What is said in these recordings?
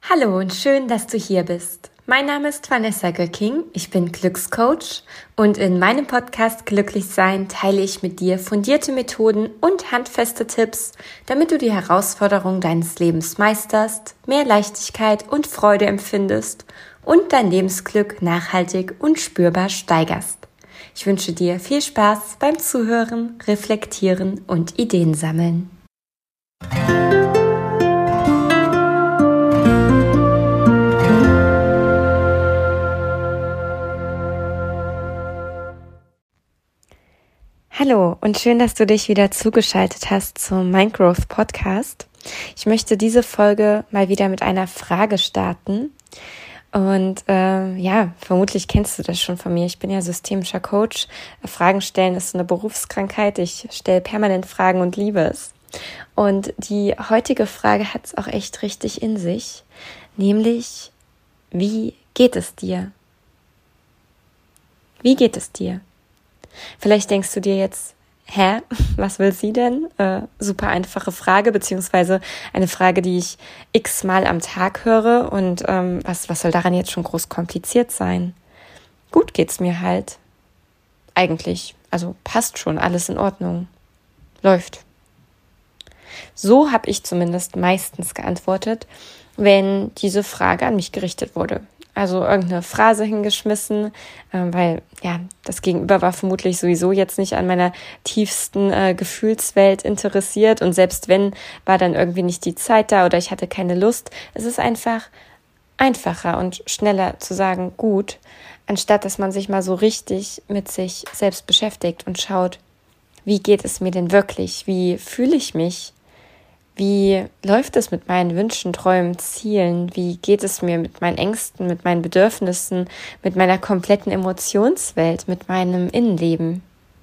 Hallo und schön, dass du hier bist. Mein Name ist Vanessa Göcking, ich bin Glückscoach und in meinem Podcast Glücklich Sein teile ich mit dir fundierte Methoden und handfeste Tipps, damit du die Herausforderungen deines Lebens meisterst, mehr Leichtigkeit und Freude empfindest und dein Lebensglück nachhaltig und spürbar steigerst. Ich wünsche dir viel Spaß beim Zuhören, Reflektieren und Ideen sammeln. Hallo und schön, dass du dich wieder zugeschaltet hast zum Mindgrowth Podcast. Ich möchte diese Folge mal wieder mit einer Frage starten. Und vermutlich kennst du das schon von mir. Ich bin ja systemischer Coach. Fragen stellen ist so eine Berufskrankheit. Ich stelle permanent Fragen und liebe es. Und die heutige Frage hat es auch echt richtig in sich. Nämlich, wie geht es dir? Wie geht es dir? Vielleicht denkst du dir jetzt, was will sie denn? Super einfache Frage, beziehungsweise eine Frage, die ich x-mal am Tag höre. Und was soll daran jetzt schon groß kompliziert sein? Gut geht's mir halt. Eigentlich. Also passt schon, alles in Ordnung. Läuft. So habe ich zumindest meistens geantwortet, wenn diese Frage an mich gerichtet wurde. Also irgendeine Phrase hingeschmissen, weil das Gegenüber war vermutlich sowieso jetzt nicht an meiner tiefsten Gefühlswelt interessiert und selbst wenn, war dann irgendwie nicht die Zeit da oder ich hatte keine Lust. Es ist einfach einfacher und schneller zu sagen, gut, anstatt dass man sich mal so richtig mit sich selbst beschäftigt und schaut, wie geht es mir denn wirklich, wie fühle ich mich? Wie läuft es mit meinen Wünschen, Träumen, Zielen? Wie geht es mir mit meinen Ängsten, mit meinen Bedürfnissen, mit meiner kompletten Emotionswelt, mit meinem Innenleben?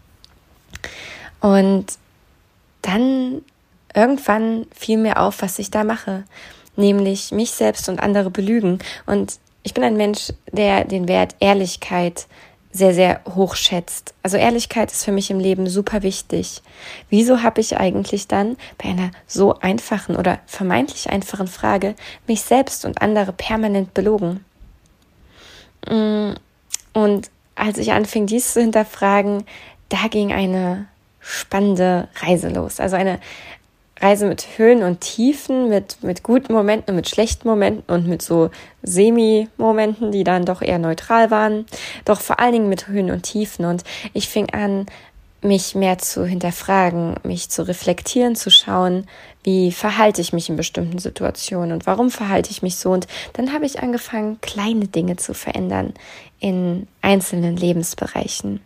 Und dann irgendwann fiel mir auf, was ich da mache, nämlich mich selbst und andere belügen. Und ich bin ein Mensch, der den Wert Ehrlichkeit sehr, sehr hoch schätzt. Also Ehrlichkeit ist für mich im Leben super wichtig. Wieso habe ich eigentlich dann bei einer so einfachen oder vermeintlich einfachen Frage mich selbst und andere permanent belogen? Und als ich anfing, dies zu hinterfragen, da ging eine spannende Reise los. Also eine Reise mit Höhen und Tiefen, mit guten Momenten und mit schlechten Momenten und mit so Semi-Momenten, die dann doch eher neutral waren, doch vor allen Dingen mit Höhen und Tiefen. Und ich fing an, mich mehr zu hinterfragen, mich zu reflektieren, zu schauen, wie verhalte ich mich in bestimmten Situationen und warum verhalte ich mich so. Und dann habe ich angefangen, kleine Dinge zu verändern in einzelnen Lebensbereichen.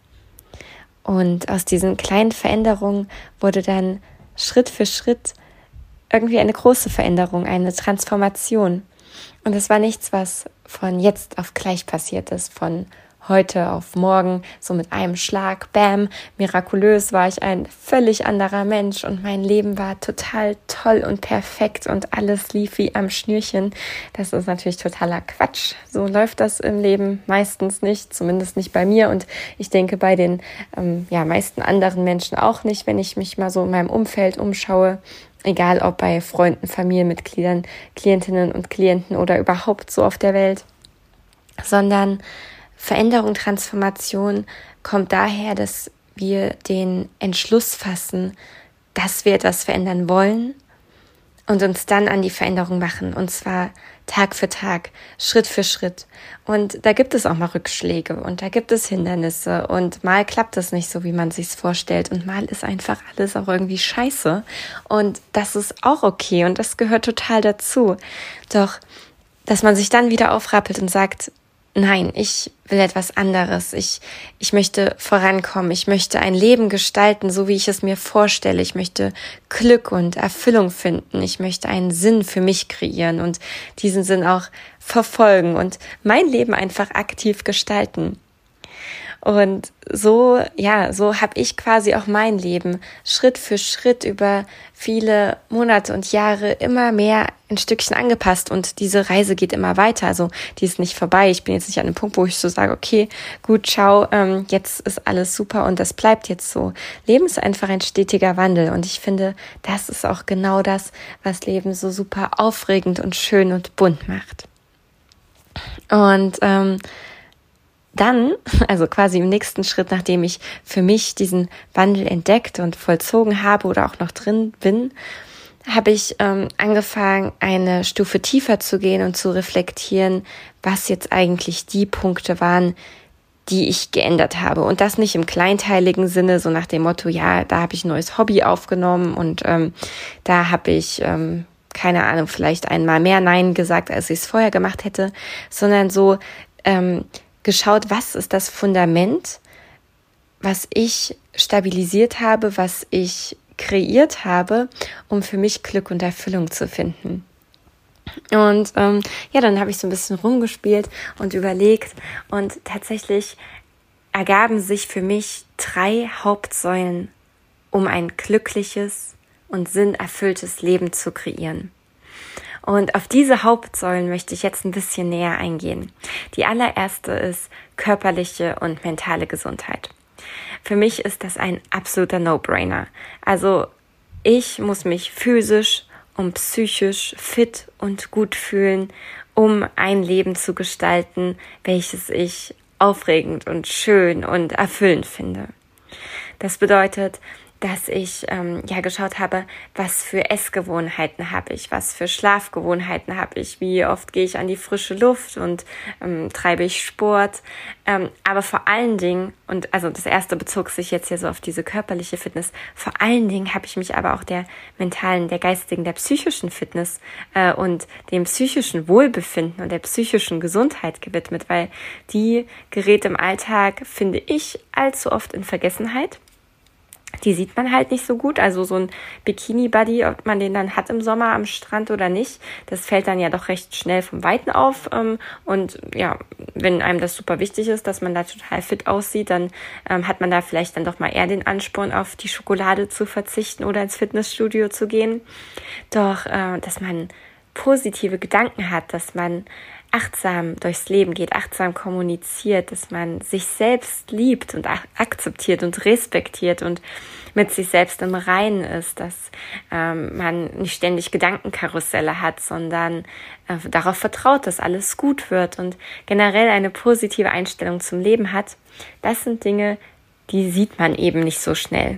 Und aus diesen kleinen Veränderungen wurde dann Schritt für Schritt irgendwie eine große Veränderung, eine Transformation. Und es war nichts, was von jetzt auf gleich passiert ist, von heute auf morgen, so mit einem Schlag, bam, mirakulös war ich ein völlig anderer Mensch und mein Leben war total toll und perfekt und alles lief wie am Schnürchen. Das ist natürlich totaler Quatsch. So läuft das im Leben meistens nicht, zumindest nicht bei mir und ich denke bei den meisten anderen Menschen auch nicht, wenn ich mich mal so in meinem Umfeld umschaue. Egal ob bei Freunden, Familienmitgliedern, Klientinnen und Klienten oder überhaupt so auf der Welt, sondern Veränderung, Transformation kommt daher, dass wir den Entschluss fassen, dass wir etwas verändern wollen und uns dann an die Veränderung machen. Und zwar Tag für Tag, Schritt für Schritt. Und da gibt es auch mal Rückschläge und da gibt es Hindernisse und mal klappt es nicht so, wie man sich's vorstellt und mal ist einfach alles auch irgendwie scheiße. Und das ist auch okay und das gehört total dazu. Doch, dass man sich dann wieder aufrappelt und sagt, nein, ich will etwas anderes. Ich möchte vorankommen. Ich möchte ein Leben gestalten, so wie ich es mir vorstelle. Ich möchte Glück und Erfüllung finden. Ich möchte einen Sinn für mich kreieren und diesen Sinn auch verfolgen und mein Leben einfach aktiv gestalten. Und so habe ich quasi auch mein Leben Schritt für Schritt über viele Monate und Jahre immer mehr ein Stückchen angepasst und diese Reise geht immer weiter. Also die ist nicht vorbei. Ich bin jetzt nicht an einem Punkt, wo ich so sage, okay, gut, ciao, jetzt ist alles super und das bleibt jetzt so. Leben ist einfach ein stetiger Wandel und ich finde, das ist auch genau das, was Leben so super aufregend und schön und bunt macht. Und dann, also quasi im nächsten Schritt, nachdem ich für mich diesen Wandel entdeckt und vollzogen habe oder auch noch drin bin, habe ich angefangen, eine Stufe tiefer zu gehen und zu reflektieren, was jetzt eigentlich die Punkte waren, die ich geändert habe. Und das nicht im kleinteiligen Sinne, so nach dem Motto, ja, da habe ich ein neues Hobby aufgenommen und da habe ich, keine Ahnung, vielleicht einmal mehr Nein gesagt, als ich es vorher gemacht hätte, sondern so geschaut, was ist das Fundament, was ich stabilisiert habe, was ich kreiert habe, um für mich Glück und Erfüllung zu finden. Und dann habe ich so ein bisschen rumgespielt und überlegt und tatsächlich ergaben sich für mich 3 Hauptsäulen, um ein glückliches und sinnerfülltes Leben zu kreieren. Und auf diese Hauptsäulen möchte ich jetzt ein bisschen näher eingehen. Die allererste ist körperliche und mentale Gesundheit. Für mich ist das ein absoluter No-Brainer. Also ich muss mich physisch und psychisch fit und gut fühlen, um ein Leben zu gestalten, welches ich aufregend und schön und erfüllend finde. Das bedeutet, dass ich geschaut habe, was für Essgewohnheiten habe ich, was für Schlafgewohnheiten habe ich, wie oft gehe ich an die frische Luft und treibe ich Sport. Aber vor allen Dingen, und also das erste bezog sich jetzt hier so auf diese körperliche Fitness, vor allen Dingen habe ich mich aber auch der mentalen, der geistigen, der psychischen Fitness und dem psychischen Wohlbefinden und der psychischen Gesundheit gewidmet, weil die gerät im Alltag, finde ich, allzu oft in Vergessenheit. Die sieht man halt nicht so gut, also so ein Bikini-Buddy, ob man den dann hat im Sommer am Strand oder nicht, das fällt dann ja doch recht schnell vom Weiten auf und ja, wenn einem das super wichtig ist, dass man da total fit aussieht, dann hat man da vielleicht dann doch mal eher den Ansporn, auf die Schokolade zu verzichten oder ins Fitnessstudio zu gehen. Doch, dass man positive Gedanken hat, dass man achtsam durchs Leben geht, achtsam kommuniziert, dass man sich selbst liebt und akzeptiert und respektiert und mit sich selbst im Reinen ist, dass man nicht ständig Gedankenkarusselle hat, sondern darauf vertraut, dass alles gut wird und generell eine positive Einstellung zum Leben hat. Das sind Dinge, die sieht man eben nicht so schnell.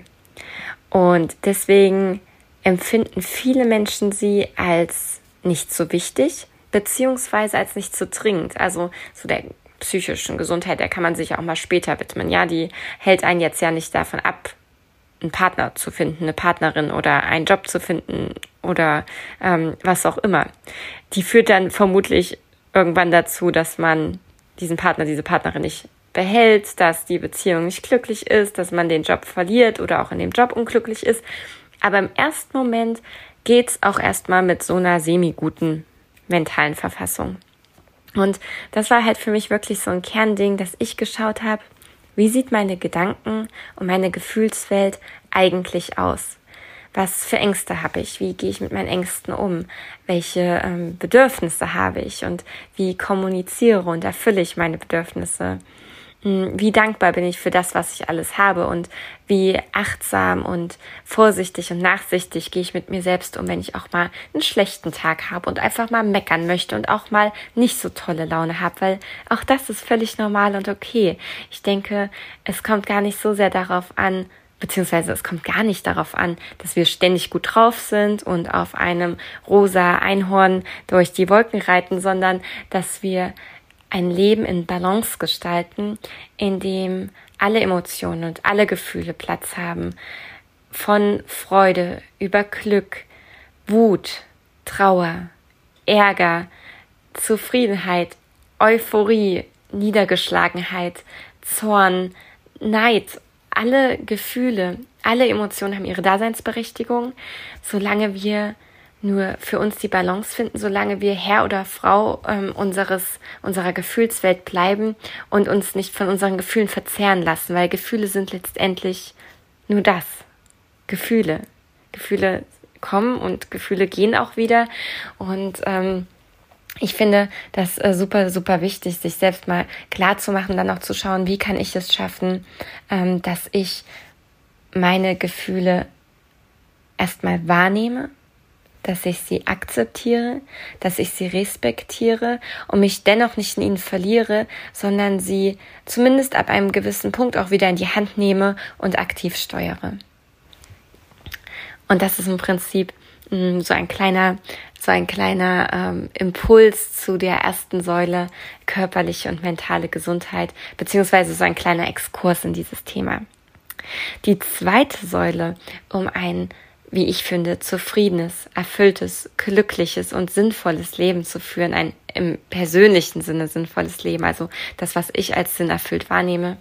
Und deswegen empfinden viele Menschen sie als nicht so wichtig, beziehungsweise als nicht so dringend. Also so der psychischen Gesundheit, der kann man sich auch mal später widmen. Ja, die hält einen jetzt ja nicht davon ab, einen Partner zu finden, eine Partnerin oder einen Job zu finden oder was auch immer. Die führt dann vermutlich irgendwann dazu, dass man diesen Partner, diese Partnerin nicht behält, dass die Beziehung nicht glücklich ist, dass man den Job verliert oder auch in dem Job unglücklich ist. Aber im ersten Moment geht's auch erstmal mit so einer semi-guten mentalen Verfassung. Und das war halt für mich wirklich so ein Kernding, dass ich geschaut habe, wie sieht meine Gedanken und meine Gefühlswelt eigentlich aus? Was für Ängste habe ich? Wie gehe ich mit meinen Ängsten um? Welche Bedürfnisse habe ich? Und wie kommuniziere und erfülle ich meine Bedürfnisse? Wie dankbar bin ich für das, was ich alles habe und wie achtsam und vorsichtig und nachsichtig gehe ich mit mir selbst um, wenn ich auch mal einen schlechten Tag habe und einfach mal meckern möchte und auch mal nicht so tolle Laune habe, weil auch das ist völlig normal und okay. Ich denke, es kommt gar nicht so sehr darauf an, beziehungsweise es kommt gar nicht darauf an, dass wir ständig gut drauf sind und auf einem rosa Einhorn durch die Wolken reiten, sondern dass wir ein Leben in Balance gestalten, in dem alle Emotionen und alle Gefühle Platz haben. Von Freude über Glück, Wut, Trauer, Ärger, Zufriedenheit, Euphorie, Niedergeschlagenheit, Zorn, Neid. Alle Gefühle, alle Emotionen haben ihre Daseinsberechtigung, solange wir nur für uns die Balance finden, solange wir Herr oder Frau unserer Gefühlswelt bleiben und uns nicht von unseren Gefühlen verzehren lassen, weil Gefühle sind letztendlich nur das, Gefühle. Gefühle kommen und Gefühle gehen auch wieder und ich finde das super, super wichtig, sich selbst mal klar zu machen, dann auch zu schauen, wie kann ich es schaffen, dass ich meine Gefühle erstmal wahrnehme, dass ich sie akzeptiere, dass ich sie respektiere und mich dennoch nicht in ihnen verliere, sondern sie zumindest ab einem gewissen Punkt auch wieder in die Hand nehme und aktiv steuere. Und das ist im Prinzip so ein kleiner Impuls zu der ersten Säule, körperliche und mentale Gesundheit, beziehungsweise so ein kleiner Exkurs in dieses Thema. Die zweite Säule, um ein, wie ich finde, zufriedenes, erfülltes, glückliches und sinnvolles Leben zu führen, ein im persönlichen Sinne sinnvolles Leben, also das, was ich als sinnerfüllt wahrnehme,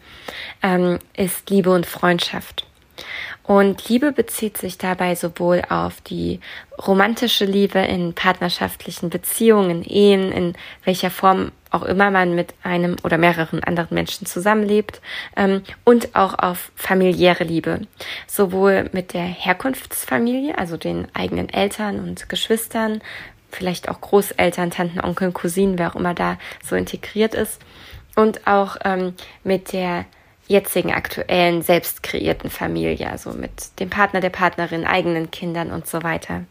ist Liebe und Freundschaft. Und Liebe bezieht sich dabei sowohl auf die romantische Liebe in partnerschaftlichen Beziehungen, Ehen, in welcher Form auch immer man mit einem oder mehreren anderen Menschen zusammenlebt, und auch auf familiäre Liebe, sowohl mit der Herkunftsfamilie, also den eigenen Eltern und Geschwistern, vielleicht auch Großeltern, Tanten, Onkeln, Cousinen, wer auch immer da so integriert ist, und auch mit der jetzigen, aktuellen, selbst kreierten Familie, also mit dem Partner, der Partnerin, eigenen Kindern und so weiter.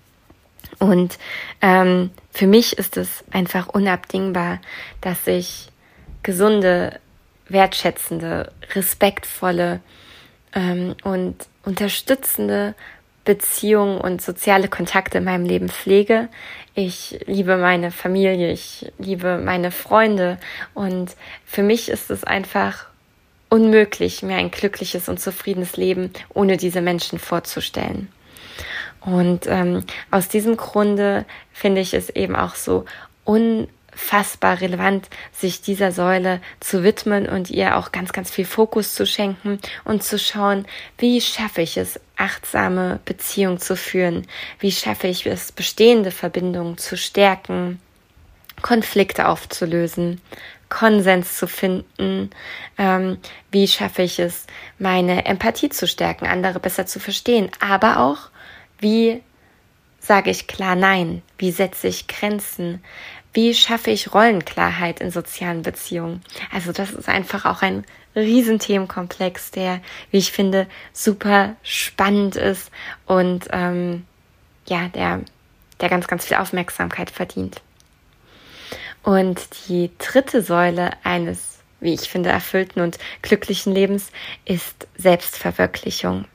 Und für mich ist es einfach unabdingbar, dass ich gesunde, wertschätzende, respektvolle und unterstützende Beziehungen und soziale Kontakte in meinem Leben pflege. Ich liebe meine Familie, ich liebe meine Freunde und für mich ist es einfach unmöglich, mir ein glückliches und zufriedenes Leben ohne diese Menschen vorzustellen. Und aus diesem Grunde finde ich es eben auch so unfassbar relevant, sich dieser Säule zu widmen und ihr auch ganz, ganz viel Fokus zu schenken und zu schauen, wie schaffe ich es, achtsame Beziehungen zu führen, wie schaffe ich es, bestehende Verbindungen zu stärken, Konflikte aufzulösen, Konsens zu finden, wie schaffe ich es, meine Empathie zu stärken, andere besser zu verstehen, aber auch, wie sage ich klar Nein, wie setze ich Grenzen, wie schaffe ich Rollenklarheit in sozialen Beziehungen. Also das ist einfach auch ein Riesenthemenkomplex, der, wie ich finde, super spannend ist und der ganz, ganz viel Aufmerksamkeit verdient. Und die dritte Säule eines, wie ich finde, erfüllten und glücklichen Lebens ist Selbstverwirklichung.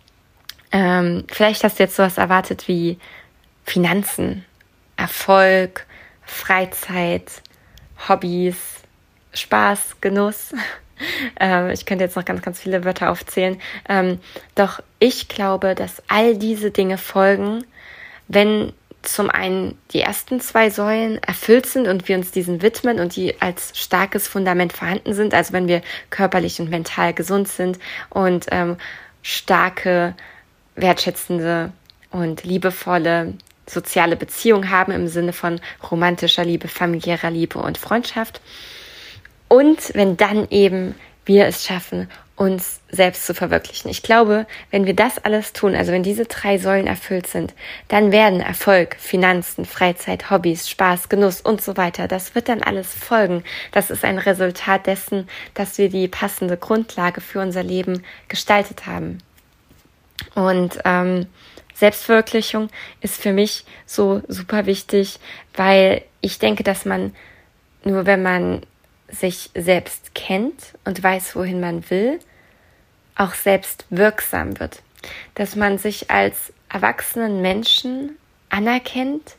Vielleicht hast du jetzt sowas erwartet wie Finanzen, Erfolg, Freizeit, Hobbys, Spaß, Genuss. Ich könnte jetzt noch ganz, ganz viele Wörter aufzählen. Doch ich glaube, dass all diese Dinge folgen, wenn zum einen die ersten zwei Säulen erfüllt sind und wir uns diesen widmen und die als starkes Fundament vorhanden sind, also wenn wir körperlich und mental gesund sind und starke, wertschätzende und liebevolle soziale Beziehungen haben im Sinne von romantischer Liebe, familiärer Liebe und Freundschaft. Und wenn dann eben wir es schaffen, uns selbst zu verwirklichen. Ich glaube, wenn wir das alles tun, also wenn diese drei Säulen erfüllt sind, dann werden Erfolg, Finanzen, Freizeit, Hobbys, Spaß, Genuss und so weiter, das wird dann alles folgen. Das ist ein Resultat dessen, dass wir die passende Grundlage für unser Leben gestaltet haben. Und Selbstverwirklichung ist für mich so super wichtig, weil ich denke, dass man nur, wenn man sich selbst kennt und weiß, wohin man will, auch selbst wirksam wird. Dass man sich als erwachsenen Menschen anerkennt,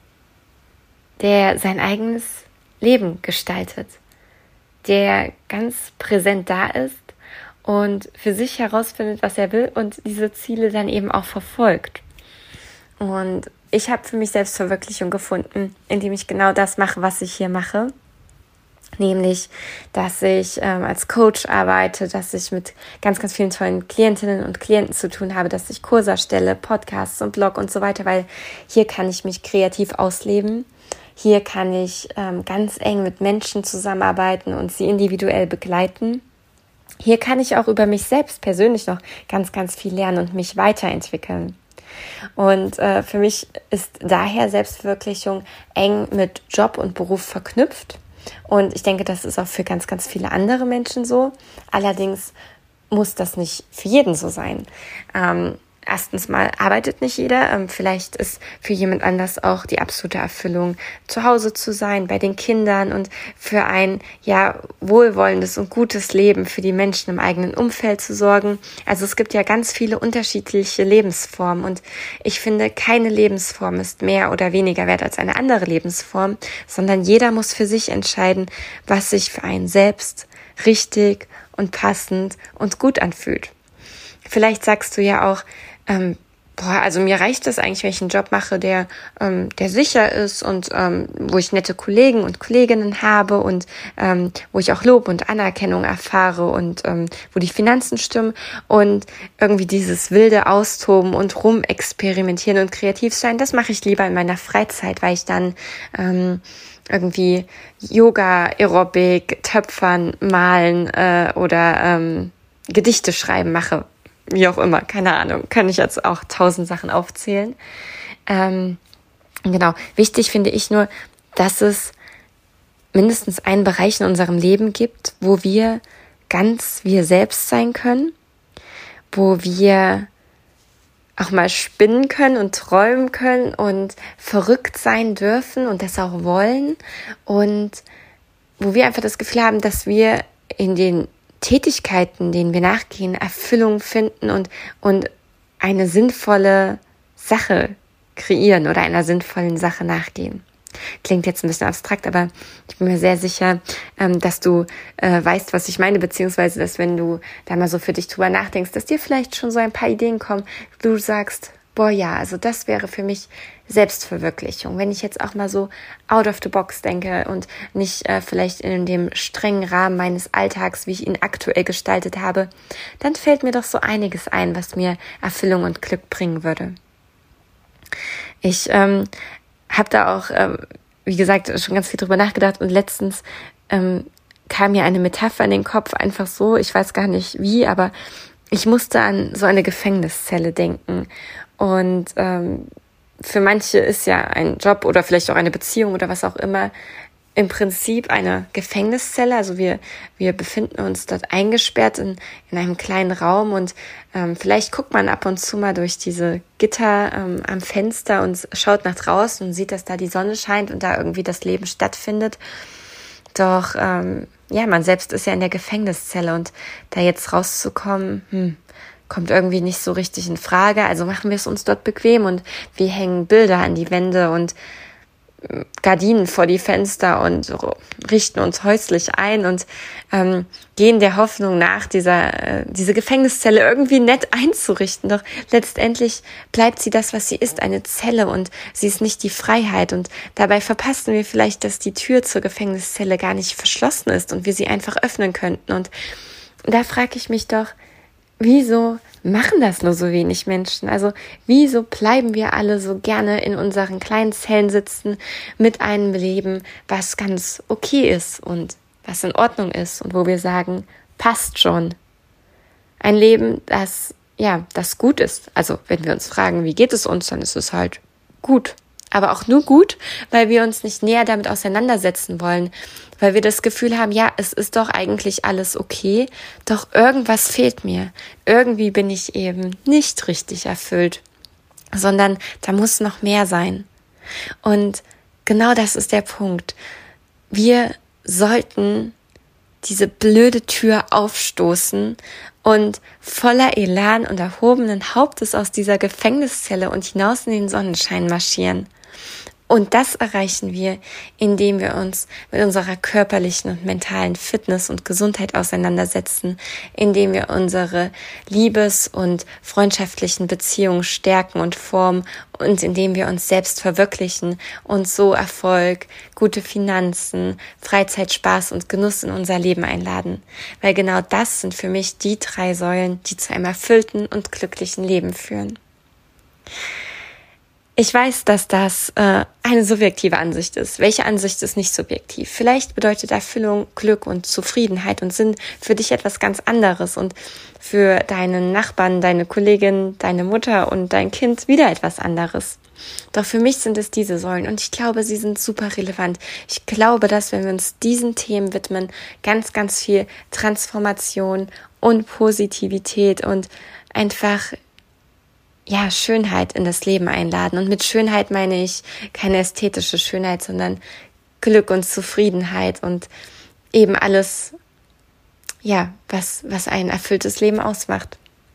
der sein eigenes Leben gestaltet, der ganz präsent da ist und für sich herausfindet, was er will und diese Ziele dann eben auch verfolgt. Und ich habe für mich Selbstverwirklichung gefunden, indem ich genau das mache, was ich hier mache. Nämlich, dass ich als Coach arbeite, dass ich mit ganz, ganz vielen tollen Klientinnen und Klienten zu tun habe, dass ich Kurse erstelle, Podcasts und Blog und so weiter, weil hier kann ich mich kreativ ausleben. Hier kann ich ganz eng mit Menschen zusammenarbeiten und sie individuell begleiten. Hier kann ich auch über mich selbst persönlich noch ganz, ganz viel lernen und mich weiterentwickeln. Und für mich ist daher Selbstverwirklichung eng mit Job und Beruf verknüpft. Und ich denke, das ist auch für ganz, ganz viele andere Menschen so. Allerdings muss das nicht für jeden so sein. Erstens mal arbeitet nicht jeder. Vielleicht ist für jemand anders auch die absolute Erfüllung, zu Hause zu sein, bei den Kindern und für ein wohlwollendes und gutes Leben für die Menschen im eigenen Umfeld zu sorgen. Also es gibt ja ganz viele unterschiedliche Lebensformen und ich finde, keine Lebensform ist mehr oder weniger wert als eine andere Lebensform, sondern jeder muss für sich entscheiden, was sich für einen selbst richtig und passend und gut anfühlt. Vielleicht sagst du ja auch, also mir reicht das eigentlich, wenn ich einen Job mache, der sicher ist und wo ich nette Kollegen und Kolleginnen habe und wo ich auch Lob und Anerkennung erfahre und wo die Finanzen stimmen und irgendwie dieses wilde Austoben und rumexperimentieren und kreativ sein, das mache ich lieber in meiner Freizeit, weil ich dann irgendwie Yoga, Aerobic, Töpfern, Malen oder Gedichte schreiben mache. Wie auch immer, keine Ahnung, kann ich jetzt auch 1000 Sachen aufzählen. Genau, wichtig finde ich nur, dass es mindestens einen Bereich in unserem Leben gibt, wo wir ganz wir selbst sein können, wo wir auch mal spinnen können und träumen können und verrückt sein dürfen und das auch wollen und wo wir einfach das Gefühl haben, dass wir in den Tätigkeiten, denen wir nachgehen, Erfüllung finden und eine sinnvolle Sache kreieren oder einer sinnvollen Sache nachgehen. Klingt jetzt ein bisschen abstrakt, aber ich bin mir sehr sicher, dass du weißt, was ich meine, beziehungsweise, dass wenn du da mal so für dich drüber nachdenkst, dass dir vielleicht schon so ein paar Ideen kommen, du sagst, boah ja, also das wäre für mich Selbstverwirklichung. Wenn ich jetzt auch mal so out of the box denke und nicht vielleicht in dem strengen Rahmen meines Alltags, wie ich ihn aktuell gestaltet habe, dann fällt mir doch so einiges ein, was mir Erfüllung und Glück bringen würde. Ich habe da auch, wie gesagt, schon ganz viel drüber nachgedacht und letztens kam mir eine Metapher in den Kopf, einfach so, ich weiß gar nicht wie, aber ich musste an so eine Gefängniszelle denken. Und für manche ist ja ein Job oder vielleicht auch eine Beziehung oder was auch immer im Prinzip eine Gefängniszelle. Also wir befinden uns dort eingesperrt in einem kleinen Raum und vielleicht guckt man ab und zu mal durch diese Gitter am Fenster und schaut nach draußen und sieht, dass da die Sonne scheint und da irgendwie das Leben stattfindet. Doch man selbst ist ja in der Gefängniszelle und da jetzt rauszukommen, kommt irgendwie nicht so richtig in Frage. Also machen wir es uns dort bequem und wir hängen Bilder an die Wände und Gardinen vor die Fenster und richten uns häuslich ein und gehen der Hoffnung nach, diese Gefängniszelle irgendwie nett einzurichten. Doch letztendlich bleibt sie das, was sie ist, eine Zelle und sie ist nicht die Freiheit. Und dabei verpassen wir vielleicht, dass die Tür zur Gefängniszelle gar nicht verschlossen ist und wir sie einfach öffnen könnten. Und da frage ich mich doch, wieso machen das nur so wenig Menschen? Also wieso bleiben wir alle so gerne in unseren kleinen Zellen sitzen mit einem Leben, was ganz okay ist und was in Ordnung ist und wo wir sagen, passt schon. Ein Leben, das gut ist. Also wenn wir uns fragen, wie geht es uns, dann ist es halt gut. Aber auch nur gut, weil wir uns nicht näher damit auseinandersetzen wollen, weil wir das Gefühl haben, ja, es ist doch eigentlich alles okay, doch irgendwas fehlt mir. Irgendwie bin ich eben nicht richtig erfüllt, sondern da muss noch mehr sein. Und genau das ist der Punkt. Wir sollten diese blöde Tür aufstoßen und voller Elan und erhobenen Hauptes aus dieser Gefängniszelle und hinaus in den Sonnenschein marschieren. Und das erreichen wir, indem wir uns mit unserer körperlichen und mentalen Fitness und Gesundheit auseinandersetzen, indem wir unsere Liebes- und freundschaftlichen Beziehungen stärken und formen und indem wir uns selbst verwirklichen und so Erfolg, gute Finanzen, Freizeit, Spaß und Genuss in unser Leben einladen. Weil genau das sind für mich die 3 Säulen, die zu einem erfüllten und glücklichen Leben führen. Ich weiß, dass das eine subjektive Ansicht ist. Welche Ansicht ist nicht subjektiv? Vielleicht bedeutet Erfüllung, Glück und Zufriedenheit und Sinn für dich etwas ganz anderes und für deinen Nachbarn, deine Kollegin, deine Mutter und dein Kind wieder etwas anderes. Doch für mich sind es diese Säulen und ich glaube, sie sind super relevant. Ich glaube, dass wenn wir uns diesen Themen widmen, ganz, ganz viel Transformation und Positivität und einfach Schönheit in das Leben einladen. Und mit Schönheit meine ich keine ästhetische Schönheit, sondern Glück und Zufriedenheit und eben alles, was ein erfülltes Leben ausmacht.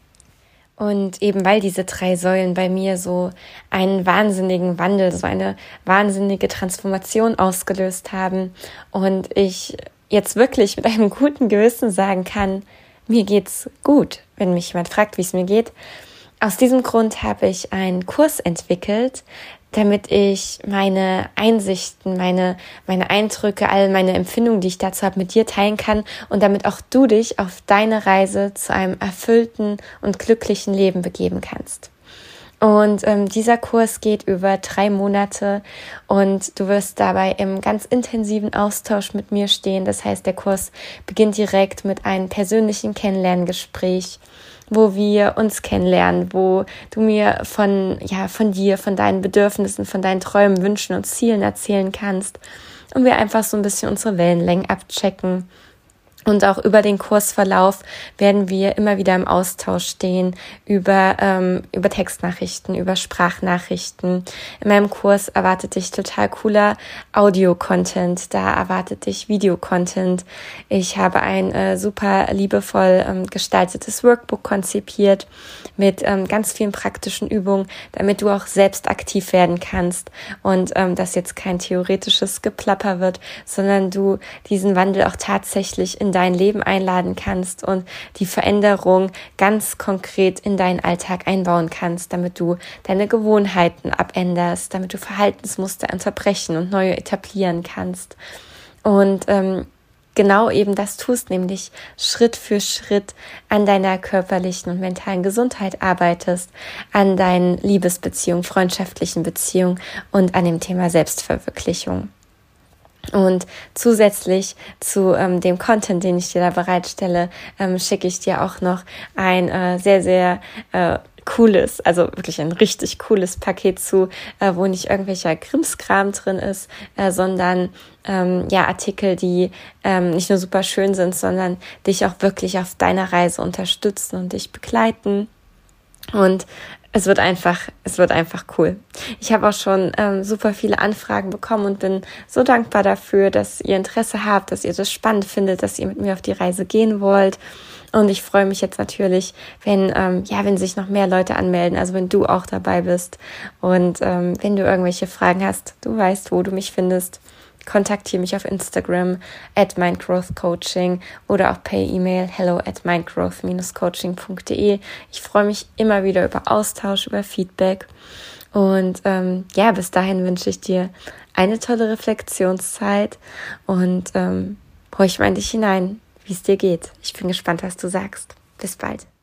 Und eben weil diese 3 Säulen bei mir so einen wahnsinnigen Wandel, so eine wahnsinnige Transformation ausgelöst haben und ich jetzt wirklich mit einem guten Gewissen sagen kann, mir geht's gut, wenn mich jemand fragt, wie es mir geht. Aus diesem Grund habe ich einen Kurs entwickelt, damit ich meine Einsichten, meine Eindrücke, all meine Empfindungen, die ich dazu habe, mit dir teilen kann und damit auch du dich auf deine Reise zu einem erfüllten und glücklichen Leben begeben kannst. Und dieser Kurs geht über 3 Monate und du wirst dabei im ganz intensiven Austausch mit mir stehen. Das heißt, der Kurs beginnt direkt mit einem persönlichen Kennenlerngespräch, wo wir uns kennenlernen, wo du mir von dir, von deinen Bedürfnissen, von deinen Träumen, Wünschen und Zielen erzählen kannst und wir einfach so ein bisschen unsere Wellenlängen abchecken. Und auch über den Kursverlauf werden wir immer wieder im Austausch stehen über Textnachrichten, über Sprachnachrichten. In meinem Kurs erwartet dich total cooler Audio-Content, da erwartet dich Video-Content. Ich habe ein super liebevoll gestaltetes Workbook konzipiert mit ganz vielen praktischen Übungen, damit du auch selbst aktiv werden kannst und das jetzt kein theoretisches Geplapper wird, sondern du diesen Wandel auch tatsächlich in dein Leben einladen kannst und die Veränderung ganz konkret in deinen Alltag einbauen kannst, damit du deine Gewohnheiten abänderst, damit du Verhaltensmuster unterbrechen und neue etablieren kannst. Und genau eben das tust, nämlich Schritt für Schritt an deiner körperlichen und mentalen Gesundheit arbeitest, an deinen Liebesbeziehungen, freundschaftlichen Beziehungen und an dem Thema Selbstverwirklichung. Und zusätzlich zu dem Content, den ich dir da bereitstelle, schicke ich dir auch noch ein sehr, sehr cooles, also wirklich ein richtig cooles Paket zu, wo nicht irgendwelcher Krimskram drin ist, sondern Artikel, die nicht nur super schön sind, sondern dich auch wirklich auf deiner Reise unterstützen und dich begleiten. Und es wird einfach cool. Ich habe auch schon super viele Anfragen bekommen und bin so dankbar dafür, dass ihr Interesse habt, dass ihr das spannend findet, dass ihr mit mir auf die Reise gehen wollt. Und ich freue mich jetzt natürlich, wenn sich noch mehr Leute anmelden, also wenn du auch dabei bist. Und wenn du irgendwelche Fragen hast, du weißt, wo du mich findest. Kontaktiere mich auf Instagram @mindgrowthcoaching oder auch per E-Mail hello@mindgrowth-coaching.de. Ich freue mich immer wieder über Austausch, über Feedback und bis dahin wünsche ich dir eine tolle Reflexionszeit und horch mal in dich hinein, wie es dir geht. Ich bin gespannt, was du sagst. Bis bald.